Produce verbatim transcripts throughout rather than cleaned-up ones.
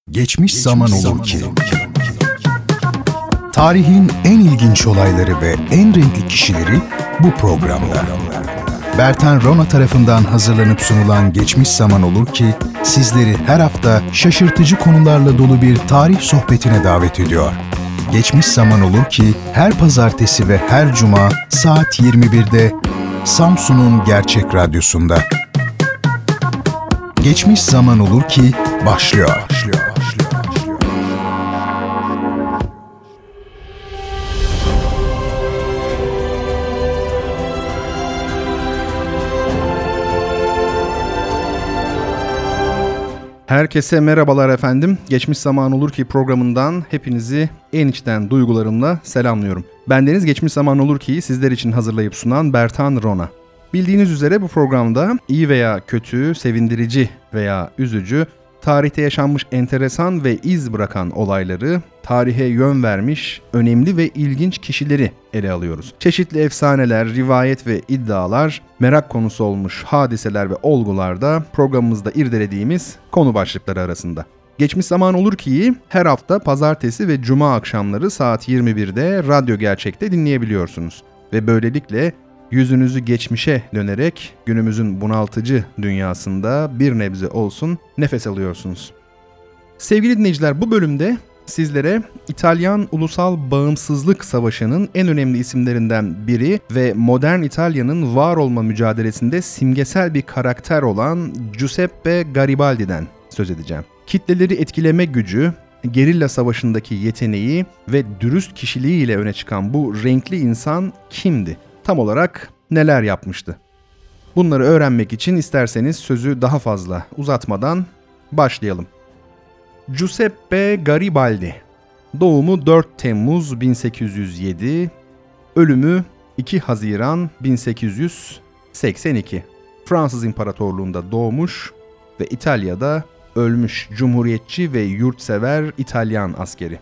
Geçmiş zaman olur ki. Tarihin en ilginç olayları ve en renkli kişileri bu programda. Bertan Rona tarafından hazırlanıp sunulan Geçmiş Zaman Olur ki, sizleri her hafta şaşırtıcı konularla dolu bir tarih sohbetine davet ediyor. Geçmiş Zaman Olur ki, her pazartesi ve her cuma saat yirmi birde Samsun'un Gerçek Radyosu'nda. Geçmiş Zaman Olur ki başlıyor. başlıyor. Herkese merhabalar efendim. Geçmiş Zaman Olur ki programından hepinizi en içten duygularımla selamlıyorum. Bendeniz Geçmiş Zaman Olur ki'yi sizler için hazırlayıp sunan Bertan Rona. Bildiğiniz üzere bu programda iyi veya kötü, sevindirici veya üzücü, tarihte yaşanmış enteresan ve iz bırakan olayları, tarihe yön vermiş, önemli ve ilginç kişileri ele alıyoruz. Çeşitli efsaneler, rivayet ve iddialar, merak konusu olmuş hadiseler ve olgular da programımızda irdelediğimiz konu başlıkları arasında. Geçmiş Zaman Olur ki'yi her hafta pazartesi ve cuma akşamları saat yirmi birde Radyo Gerçek'te dinleyebiliyorsunuz. Ve böylelikle yüzünüzü geçmişe dönerek günümüzün bunaltıcı dünyasında bir nebze olsun nefes alıyorsunuz. Sevgili dinleyiciler, bu bölümde sizlere İtalyan Ulusal Bağımsızlık Savaşı'nın en önemli isimlerinden biri ve modern İtalya'nın var olma mücadelesinde simgesel bir karakter olan Giuseppe Garibaldi'den söz edeceğim. Kitleleri etkileme gücü, gerilla savaşındaki yeteneği ve dürüst kişiliğiyle öne çıkan bu renkli insan kimdi? Tam olarak neler yapmıştı? Bunları öğrenmek için isterseniz sözü daha fazla uzatmadan başlayalım. Giuseppe Garibaldi, doğumu dört Temmuz bin sekiz yüz yedi, ölümü iki Haziran bin sekiz yüz seksen iki. Fransız İmparatorluğu'nda doğmuş ve İtalya'da ölmüş cumhuriyetçi ve yurtsever İtalyan askeri.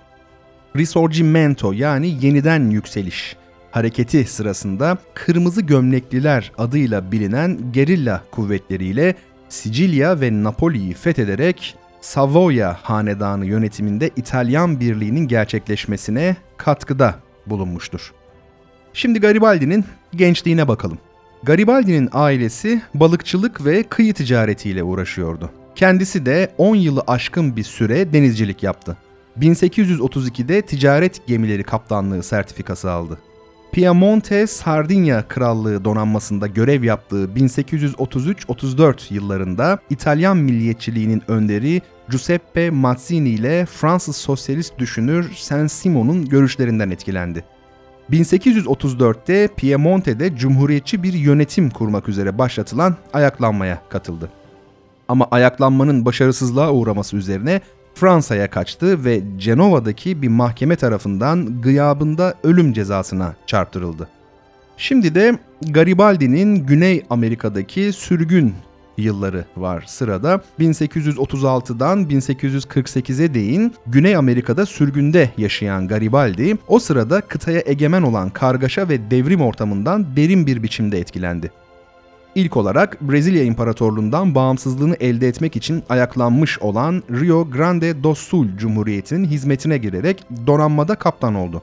Risorgimento yani yeniden yükseliş hareketi sırasında Kırmızı Gömlekliler adıyla bilinen gerilla kuvvetleriyle Sicilya ve Napoli'yi fethederek Savoya hanedanı yönetiminde İtalyan birliğinin gerçekleşmesine katkıda bulunmuştur. Şimdi Garibaldi'nin gençliğine bakalım. Garibaldi'nin ailesi balıkçılık ve kıyı ticaretiyle uğraşıyordu. Kendisi de on yılı aşkın bir süre denizcilik yaptı. bin sekiz yüz otuz ikide ticaret gemileri kaptanlığı sertifikası aldı. Piemonte Sardinya Krallığı donanmasında görev yaptığı bin sekiz yüz otuz üç otuz dört yıllarında İtalyan milliyetçiliğinin önderi Giuseppe Mazzini ile Fransız sosyalist düşünür Saint-Simon'un görüşlerinden etkilendi. bin sekiz yüz otuz dörtte Piemonte'de cumhuriyetçi bir yönetim kurmak üzere başlatılan ayaklanmaya katıldı. Ama ayaklanmanın başarısızlığa uğraması üzerine Fransa'ya kaçtı ve Cenova'daki bir mahkeme tarafından gıyabında ölüm cezasına çarptırıldı. Şimdi de Garibaldi'nin Güney Amerika'daki sürgün yılları var sırada. bin sekiz yüz otuz altıdan bin sekiz yüz kırk sekize değin Güney Amerika'da sürgünde yaşayan Garibaldi, o sırada kıtaya egemen olan kargaşa ve devrim ortamından derin bir biçimde etkilendi. İlk olarak Brezilya İmparatorluğundan bağımsızlığını elde etmek için ayaklanmış olan Rio Grande do Sul Cumhuriyeti'nin hizmetine girerek donanmada kaptan oldu.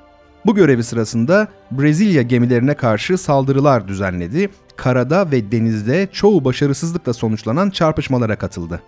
Bu görevi sırasında Brezilya gemilerine karşı saldırılar düzenledi, karada ve denizde çoğu başarısızlıkla sonuçlanan çarpışmalara katıldı.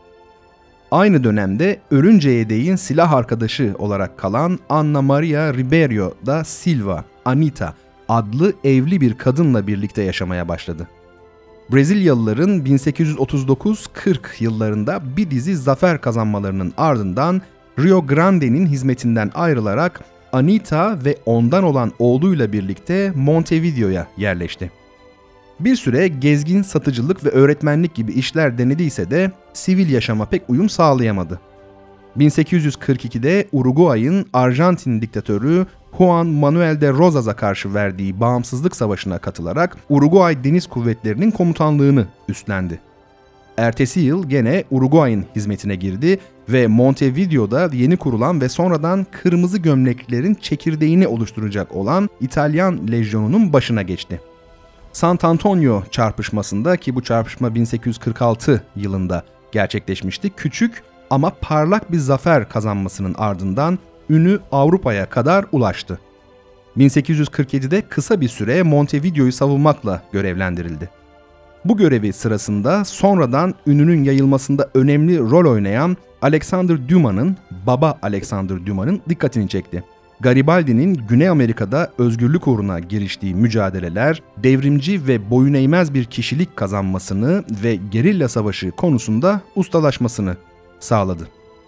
Aynı dönemde ölünceye değin silah arkadaşı olarak kalan Ana Maria Ribeiro da Silva, Anita adlı evli bir kadınla birlikte yaşamaya başladı. Brezilyalıların bin sekiz yüz otuz dokuz kırk yıllarında bir dizi zafer kazanmalarının ardından Rio Grande'nin hizmetinden ayrılarak Anita ve ondan olan oğluyla birlikte Montevideo'ya yerleşti. Bir süre gezgin satıcılık ve öğretmenlik gibi işler denediyse de sivil yaşama pek uyum sağlayamadı. bin sekiz yüz kırk ikide Uruguay'ın Arjantin diktatörü Juan Manuel de Rosas'a karşı verdiği bağımsızlık savaşına katılarak Uruguay Deniz Kuvvetleri'nin komutanlığını üstlendi. Ertesi yıl gene Uruguay'ın hizmetine girdi ve Montevideo'da yeni kurulan ve sonradan Kırmızı Gömleklilerin çekirdeğini oluşturacak olan İtalyan Lejyonu'nun başına geçti. Sant Antonio çarpışmasında, ki bu çarpışma bin sekiz yüz kırk altı yılında gerçekleşmişti, küçük ama parlak bir zafer kazanmasının ardından ünü Avrupa'ya kadar ulaştı. bin sekiz yüz kırk yedide kısa bir süre Montevideo'yu savunmakla görevlendirildi. Bu görevi sırasında sonradan ününün yayılmasında önemli rol oynayan Alexander Dumas'ın, baba Alexander Dumas'ın dikkatini çekti. Garibaldi'nin Güney Amerika'da özgürlük uğruna giriştiği mücadeleler, devrimci ve boyun eğmez bir kişilik kazanmasını ve gerilla savaşı konusunda ustalaşmasını sağladı.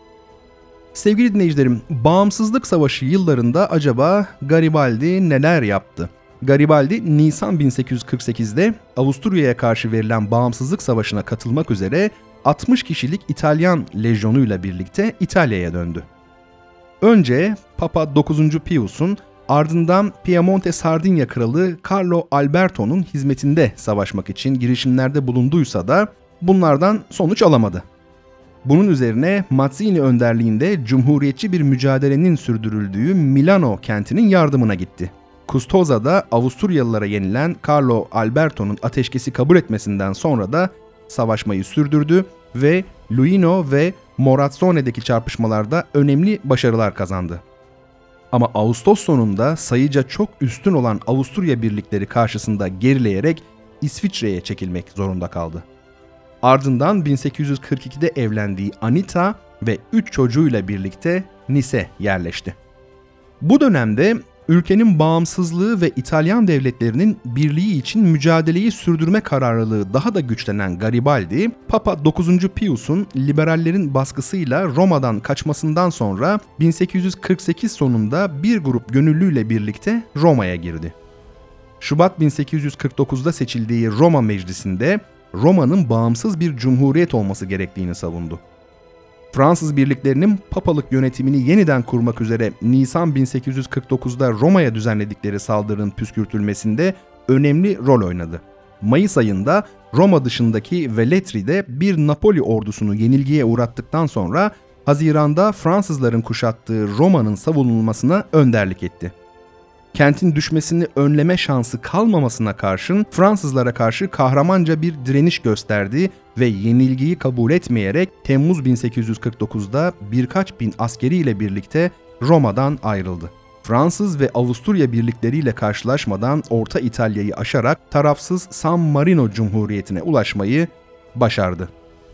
Sevgili dinleyicilerim, Bağımsızlık Savaşı yıllarında acaba Garibaldi neler yaptı? Garibaldi, Nisan bin sekiz yüz kırk sekizde Avusturya'ya karşı verilen Bağımsızlık Savaşı'na katılmak üzere altmış kişilik İtalyan lejyonuyla birlikte İtalya'ya döndü. Önce Papa dokuzuncu Pius'un, ardından Piemonte Sardinya Kralı Carlo Alberto'nun hizmetinde savaşmak için girişimlerde bulunduysa da bunlardan sonuç alamadı. Bunun üzerine Mazzini önderliğinde cumhuriyetçi bir mücadelenin sürdürüldüğü Milano kentinin yardımına gitti. Custoza'da Avusturyalılara yenilen Carlo Alberto'nun ateşkesi kabul etmesinden sonra da savaşmayı sürdürdü ve Luino ve Morazzone'deki çarpışmalarda önemli başarılar kazandı. Ama Ağustos sonunda sayıca çok üstün olan Avusturya birlikleri karşısında gerileyerek İsviçre'ye çekilmek zorunda kaldı. Ardından bin sekiz yüz kırk ikide evlendiği Anita ve üç çocuğuyla birlikte Nice'e yerleşti. Bu dönemde ülkenin bağımsızlığı ve İtalyan devletlerinin birliği için mücadeleyi sürdürme kararlılığı daha da güçlenen Garibaldi, Papa dokuzuncu Pius'un liberallerin baskısıyla Roma'dan kaçmasından sonra bin sekiz yüz kırk sekiz sonunda bir grup gönüllüyle birlikte Roma'ya girdi. Şubat bin sekiz yüz kırk dokuzda seçildiği Roma Meclisi'nde Roma'nın bağımsız bir cumhuriyet olması gerektiğini savundu. Fransız birliklerinin papalık yönetimini yeniden kurmak üzere Nisan bin sekiz yüz kırk dokuzda Roma'ya düzenledikleri saldırının püskürtülmesinde önemli rol oynadı. Mayıs ayında Roma dışındaki Veletri'de bir Napoli ordusunu yenilgiye uğrattıktan sonra Haziran'da Fransızların kuşattığı Roma'nın savunulmasına önderlik etti. Kentin düşmesini önleme şansı kalmamasına karşın Fransızlara karşı kahramanca bir direniş gösterdi ve yenilgiyi kabul etmeyerek Temmuz bin sekiz yüz kırk dokuzda birkaç bin askeriyle birlikte Roma'dan ayrıldı. Fransız ve Avusturya birlikleriyle karşılaşmadan Orta İtalya'yı aşarak tarafsız San Marino Cumhuriyeti'ne ulaşmayı başardı.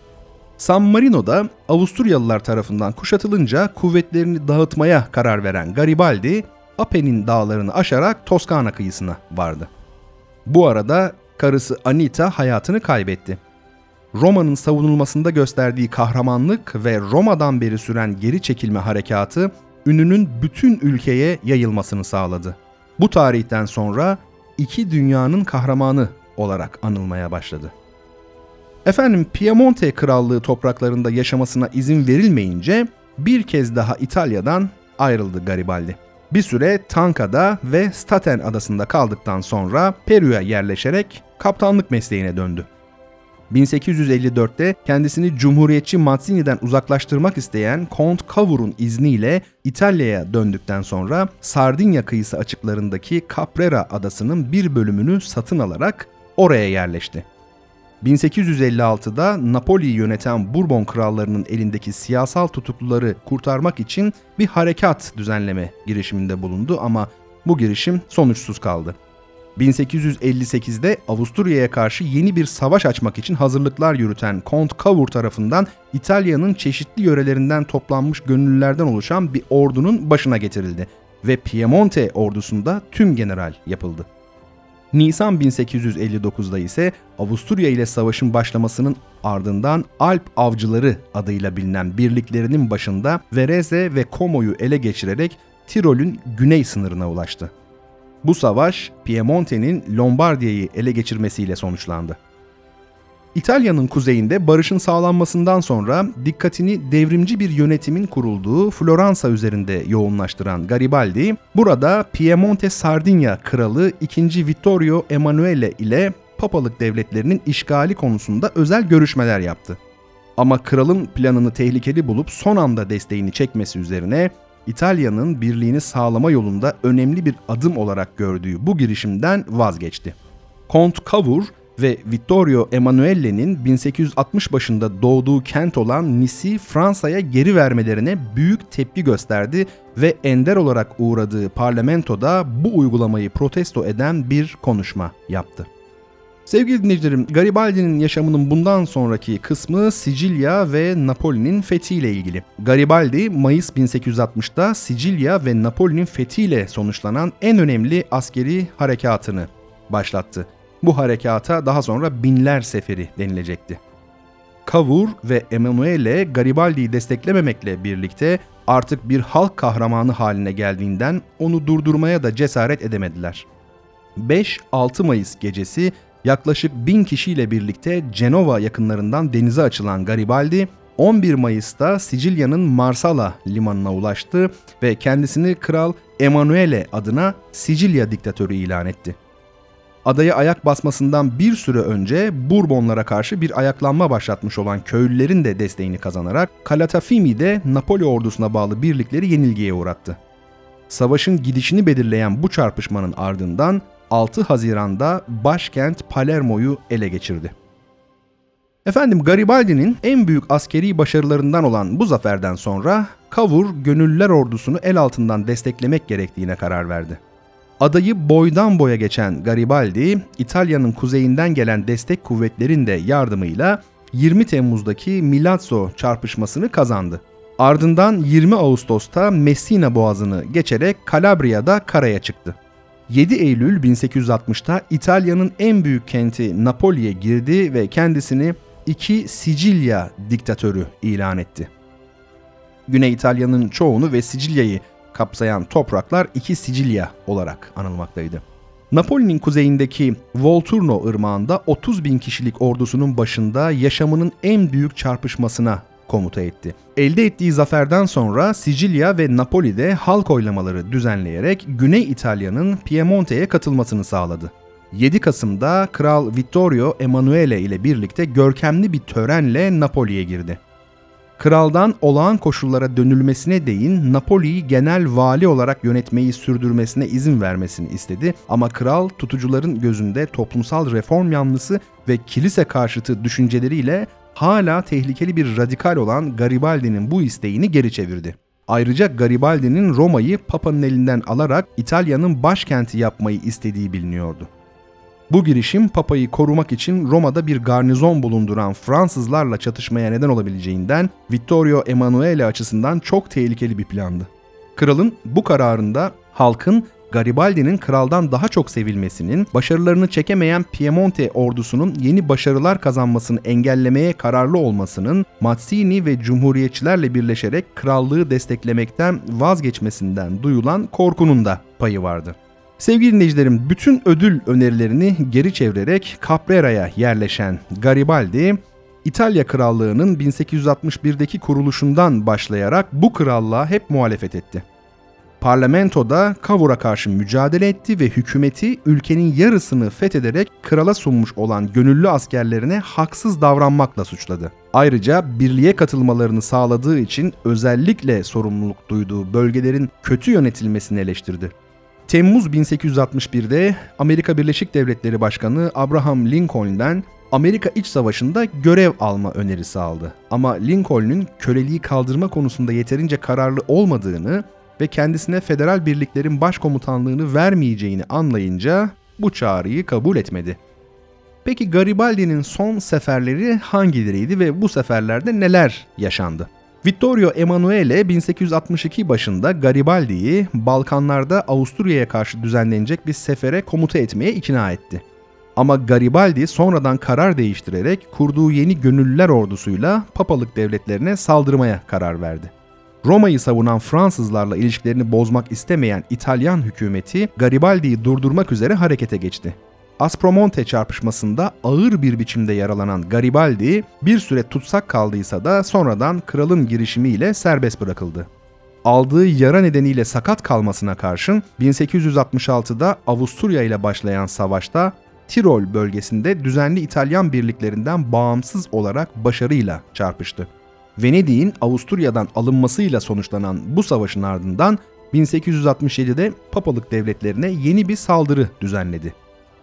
San Marino'da Avusturyalılar tarafından kuşatılınca kuvvetlerini dağıtmaya karar veren Garibaldi, Apennin dağlarını aşarak Toskana kıyısına vardı. Bu arada karısı Anita hayatını kaybetti. Roma'nın savunulmasında gösterdiği kahramanlık ve Roma'dan beri süren geri çekilme harekatı ününün bütün ülkeye yayılmasını sağladı. Bu tarihten sonra iki dünyanın kahramanı olarak anılmaya başladı. Efendim, Piemonte Krallığı topraklarında yaşamasına izin verilmeyince bir kez daha İtalya'dan ayrıldı Garibaldi. Bir süre Tanka'da ve Staten adasında kaldıktan sonra Peru'ya yerleşerek kaptanlık mesleğine döndü. bin sekiz yüz elli dörtte kendisini Cumhuriyetçi Mazzini'den uzaklaştırmak isteyen Kont Cavour'un izniyle İtalya'ya döndükten sonra Sardinya kıyısı açıklarındaki Caprera adasının bir bölümünü satın alarak oraya yerleşti. bin sekiz yüz elli altıda Napoli'yi yöneten Bourbon krallarının elindeki siyasal tutukluları kurtarmak için bir harekat düzenleme girişiminde bulundu ama bu girişim sonuçsuz kaldı. bin sekiz yüz elli sekizde Avusturya'ya karşı yeni bir savaş açmak için hazırlıklar yürüten Kont Cavour tarafından İtalya'nın çeşitli yörelerinden toplanmış gönüllülerden oluşan bir ordunun başına getirildi ve Piemonte ordusunda tümgeneral yapıldı. Nisan bin sekiz yüz elli dokuzda ise Avusturya ile savaşın başlamasının ardından Alp Avcıları adıyla bilinen birliklerinin başında Varese ve Como'yu ele geçirerek Tirol'ün güney sınırına ulaştı. Bu savaş Piemonte'nin Lombardiya'yı ele geçirmesiyle sonuçlandı. İtalya'nın kuzeyinde barışın sağlanmasından sonra dikkatini devrimci bir yönetimin kurulduğu Floransa üzerinde yoğunlaştıran Garibaldi, burada Piemonte Sardinya Kralı ikinci. Vittorio Emanuele ile papalık devletlerinin işgali konusunda özel görüşmeler yaptı. Ama kralın planını tehlikeli bulup son anda desteğini çekmesi üzerine İtalya'nın birliğini sağlama yolunda önemli bir adım olarak gördüğü bu girişimden vazgeçti. Kont Cavour ve Vittorio Emanuele'nin bin sekiz yüz altmış başında doğduğu kent olan Nice'i Fransa'ya geri vermelerine büyük tepki gösterdi ve ender olarak uğradığı parlamentoda bu uygulamayı protesto eden bir konuşma yaptı. Sevgili dinleyicilerim, Garibaldi'nin yaşamının bundan sonraki kısmı Sicilya ve Napoli'nin fethiyle ilgili. Garibaldi, Mayıs bin sekiz yüz altmışta Sicilya ve Napoli'nin fethiyle sonuçlanan en önemli askeri harekatını başlattı. Bu harekata daha sonra Binler Seferi denilecekti. Cavour ve Emanuele Garibaldi'yi desteklememekle birlikte artık bir halk kahramanı haline geldiğinden onu durdurmaya da cesaret edemediler. beş altı Mayıs gecesi yaklaşık bin kişiyle birlikte Cenova yakınlarından denize açılan Garibaldi, on bir Mayıs'ta Sicilya'nın Marsala limanına ulaştı ve kendisini Kral Emanuele adına Sicilya diktatörü ilan etti. Adaya ayak basmasından bir süre önce Bourbonlara karşı bir ayaklanma başlatmış olan köylülerin de desteğini kazanarak Calatafimi'de Napoli ordusuna bağlı birlikleri yenilgiye uğrattı. Savaşın gidişini belirleyen bu çarpışmanın ardından altı Haziran'da başkent Palermo'yu ele geçirdi. Efendim, Garibaldi'nin en büyük askeri başarılarından olan bu zaferden sonra Cavour Gönüllüler ordusunu el altından desteklemek gerektiğine karar verdi. Adayı boydan boya geçen Garibaldi, İtalya'nın kuzeyinden gelen destek kuvvetlerin de yardımıyla yirmi Temmuz'daki Milazzo çarpışmasını kazandı. Ardından yirmi Ağustos'ta Messina Boğazı'nı geçerek Kalabriya'da karaya çıktı. yedi Eylül bin sekiz yüz altmışta İtalya'nın en büyük kenti Napoli'ye girdi ve kendisini iki Sicilya diktatörü ilan etti. Güney İtalya'nın çoğunu ve Sicilya'yı kapsayan topraklar iki Sicilya olarak anılmaktaydı. Napoli'nin kuzeyindeki Volturno ırmağında otuz bin kişilik ordusunun başında yaşamının en büyük çarpışmasına komuta etti. Elde ettiği zaferden sonra Sicilya ve Napoli'de halk oylamaları düzenleyerek Güney İtalya'nın Piemonte'ye katılmasını sağladı. yedi Kasım'da Kral Vittorio Emanuele ile birlikte görkemli bir törenle Napoli'ye girdi. Kraldan olağan koşullara dönülmesine değin Napoli'yi genel vali olarak yönetmeyi sürdürmesine izin vermesini istedi ama kral tutucuların gözünde toplumsal reform yanlısı ve kilise karşıtı düşünceleriyle hala tehlikeli bir radikal olan Garibaldi'nin bu isteğini geri çevirdi. Ayrıca Garibaldi'nin Roma'yı Papa'nın elinden alarak İtalya'nın başkenti yapmayı istediği biliniyordu. Bu girişim Papa'yı korumak için Roma'da bir garnizon bulunduran Fransızlarla çatışmaya neden olabileceğinden Vittorio Emanuele açısından çok tehlikeli bir plandı. Kralın bu kararında halkın Garibaldi'nin kraldan daha çok sevilmesinin, başarılarını çekemeyen Piemonte ordusunun yeni başarılar kazanmasını engellemeye kararlı olmasının, Mazzini ve Cumhuriyetçilerle birleşerek krallığı desteklemekten vazgeçmesinden duyulan korkunun da payı vardı. Sevgili dinleyicilerim, bütün ödül önerilerini geri çevirerek Caprera'ya yerleşen Garibaldi, İtalya Krallığı'nın bin sekiz yüz altmış birdeki kuruluşundan başlayarak bu krallığa hep muhalefet etti. Parlamentoda Cavour'a karşı mücadele etti ve hükümeti ülkenin yarısını fethederek krala sunmuş olan gönüllü askerlerine haksız davranmakla suçladı. Ayrıca birliğe katılmalarını sağladığı için özellikle sorumluluk duyduğu bölgelerin kötü yönetilmesini eleştirdi. Temmuz bin sekiz yüz altmış birde Amerika Birleşik Devletleri Başkanı Abraham Lincoln'den Amerika İç Savaşı'nda görev alma önerisi aldı. Ama Lincoln'un köleliği kaldırma konusunda yeterince kararlı olmadığını ve kendisine federal birliklerin başkomutanlığını vermeyeceğini anlayınca bu çağrıyı kabul etmedi. Peki Garibaldi'nin son seferleri hangileriydi ve bu seferlerde neler yaşandı? Vittorio Emanuele bin sekiz yüz altmış iki başında Garibaldi'yi Balkanlarda Avusturya'ya karşı düzenlenecek bir sefere komuta etmeye ikna etti. Ama Garibaldi sonradan karar değiştirerek kurduğu yeni Gönüllüler ordusuyla papalık devletlerine saldırmaya karar verdi. Roma'yı savunan Fransızlarla ilişkilerini bozmak istemeyen İtalyan hükümeti Garibaldi'yi durdurmak üzere harekete geçti. Aspromonte çarpışmasında ağır bir biçimde yaralanan Garibaldi bir süre tutsak kaldıysa da sonradan kralın girişimiyle serbest bırakıldı. Aldığı yara nedeniyle sakat kalmasına karşın bin sekiz yüz altmış altıda Avusturya ile başlayan savaşta Tirol bölgesinde düzenli İtalyan birliklerinden bağımsız olarak başarıyla çarpıştı. Venedik'in Avusturya'dan alınmasıyla sonuçlanan bu savaşın ardından bin sekiz yüz altmış yedide papalık devletlerine yeni bir saldırı düzenledi.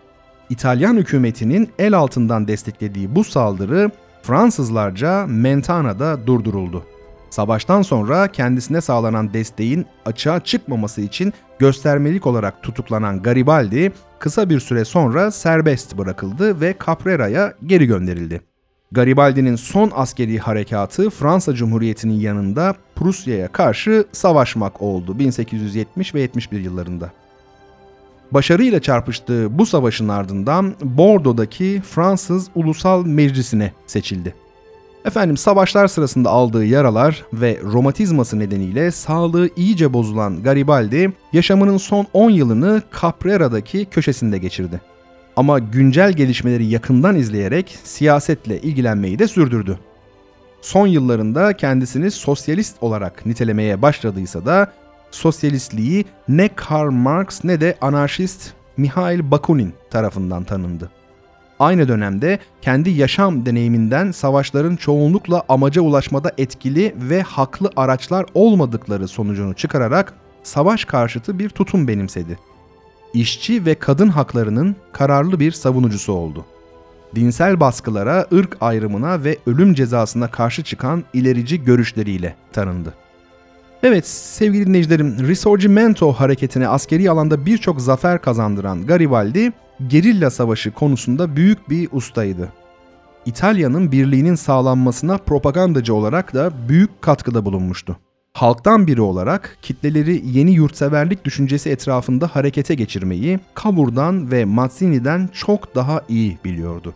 İtalyan hükümetinin el altından desteklediği bu saldırı Fransızlarca Mentana'da durduruldu. Savaştan sonra kendisine sağlanan desteğin açığa çıkmaması için göstermelik olarak tutuklanan Garibaldi kısa bir süre sonra serbest bırakıldı ve Caprera'ya geri gönderildi. Garibaldi'nin son askeri harekatı Fransa Cumhuriyeti'nin yanında Prusya'ya karşı savaşmak oldu bin sekiz yüz yetmiş ve yetmiş bir yıllarında. Başarıyla çarpıştığı bu savaşın ardından Bordo'daki Fransız Ulusal Meclisi'ne seçildi. Efendim savaşlar sırasında aldığı yaralar ve romatizması nedeniyle sağlığı iyice bozulan Garibaldi yaşamının son on yılını Caprera'daki köşesinde geçirdi. Ama güncel gelişmeleri yakından izleyerek siyasetle ilgilenmeyi de sürdürdü. Son yıllarında kendisini sosyalist olarak nitelemeye başladıysa da sosyalistliği ne Karl Marx ne de anarşist Mihail Bakunin tarafından tanındı. Aynı dönemde kendi yaşam deneyiminden savaşların çoğunlukla amaca ulaşmada etkili ve haklı araçlar olmadıkları sonucunu çıkararak savaş karşıtı bir tutum benimsedi. İşçi ve kadın haklarının kararlı bir savunucusu oldu. Dinsel baskılara, ırk ayrımına ve ölüm cezasına karşı çıkan ilerici görüşleriyle tanındı. Evet sevgili dinleyicilerim, Risorgimento hareketine askeri alanda birçok zafer kazandıran Garibaldi, gerilla savaşı konusunda büyük bir ustaydı. İtalya'nın birliğinin sağlanmasına propagandacı olarak da büyük katkıda bulunmuştu. Halktan biri olarak kitleleri yeni yurtseverlik düşüncesi etrafında harekete geçirmeyi Cavour'dan ve Mazzini'den çok daha iyi biliyordu.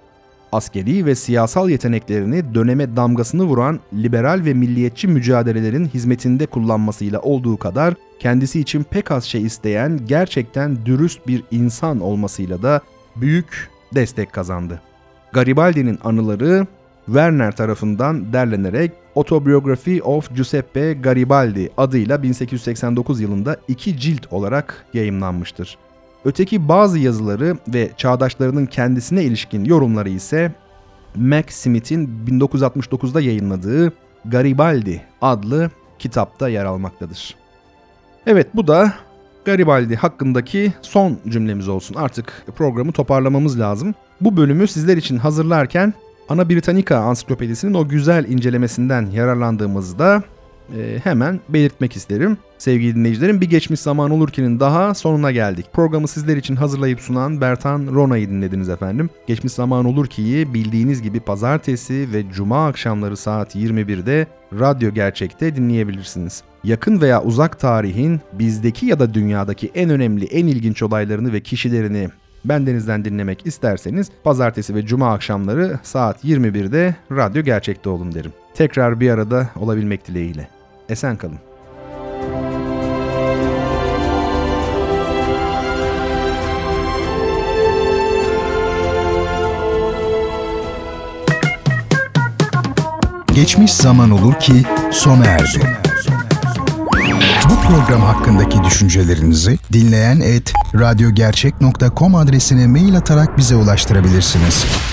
Askeri ve siyasal yeteneklerini döneme damgasını vuran liberal ve milliyetçi mücadelelerin hizmetinde kullanmasıyla olduğu kadar kendisi için pek az şey isteyen gerçekten dürüst bir insan olmasıyla da büyük destek kazandı. Garibaldi'nin anıları Werner tarafından derlenerek Autobiography of Giuseppe Garibaldi adıyla bin sekiz yüz seksen dokuz yılında iki cilt olarak yayımlanmıştır. Öteki bazı yazıları ve çağdaşlarının kendisine ilişkin yorumları ise Mac Smith'in bin dokuz yüz altmış dokuzda yayınladığı Garibaldi adlı kitapta yer almaktadır. Evet, bu da Garibaldi hakkındaki son cümlemiz olsun. Artık programı toparlamamız lazım. Bu bölümü sizler için hazırlarken Ana Britannica Ansiklopedisi'nin o güzel incelemesinden yararlandığımızda e, hemen belirtmek isterim. Sevgili dinleyicilerim, Bir Geçmiş Zaman Olurki'nin daha sonuna geldik. Programı sizler için hazırlayıp sunan Bertan Rona'yı dinlediniz efendim. Geçmiş Zaman Olurki'yi bildiğiniz gibi pazartesi ve cuma akşamları saat yirmi birde Radyo Gerçek'te dinleyebilirsiniz. Yakın veya uzak tarihin bizdeki ya da dünyadaki en önemli, en ilginç olaylarını ve kişilerini bendenizden dinlemek isterseniz pazartesi ve cuma akşamları saat yirmi birde Radyo Gerçek'te olun derim. Tekrar bir arada olabilmek dileğiyle. Esen kalın. Geçmiş Zaman Olur Ki sona erdi. Bu program hakkındaki düşüncelerinizi dinleyen et radyogercek nokta com adresine mail atarak bize ulaştırabilirsiniz.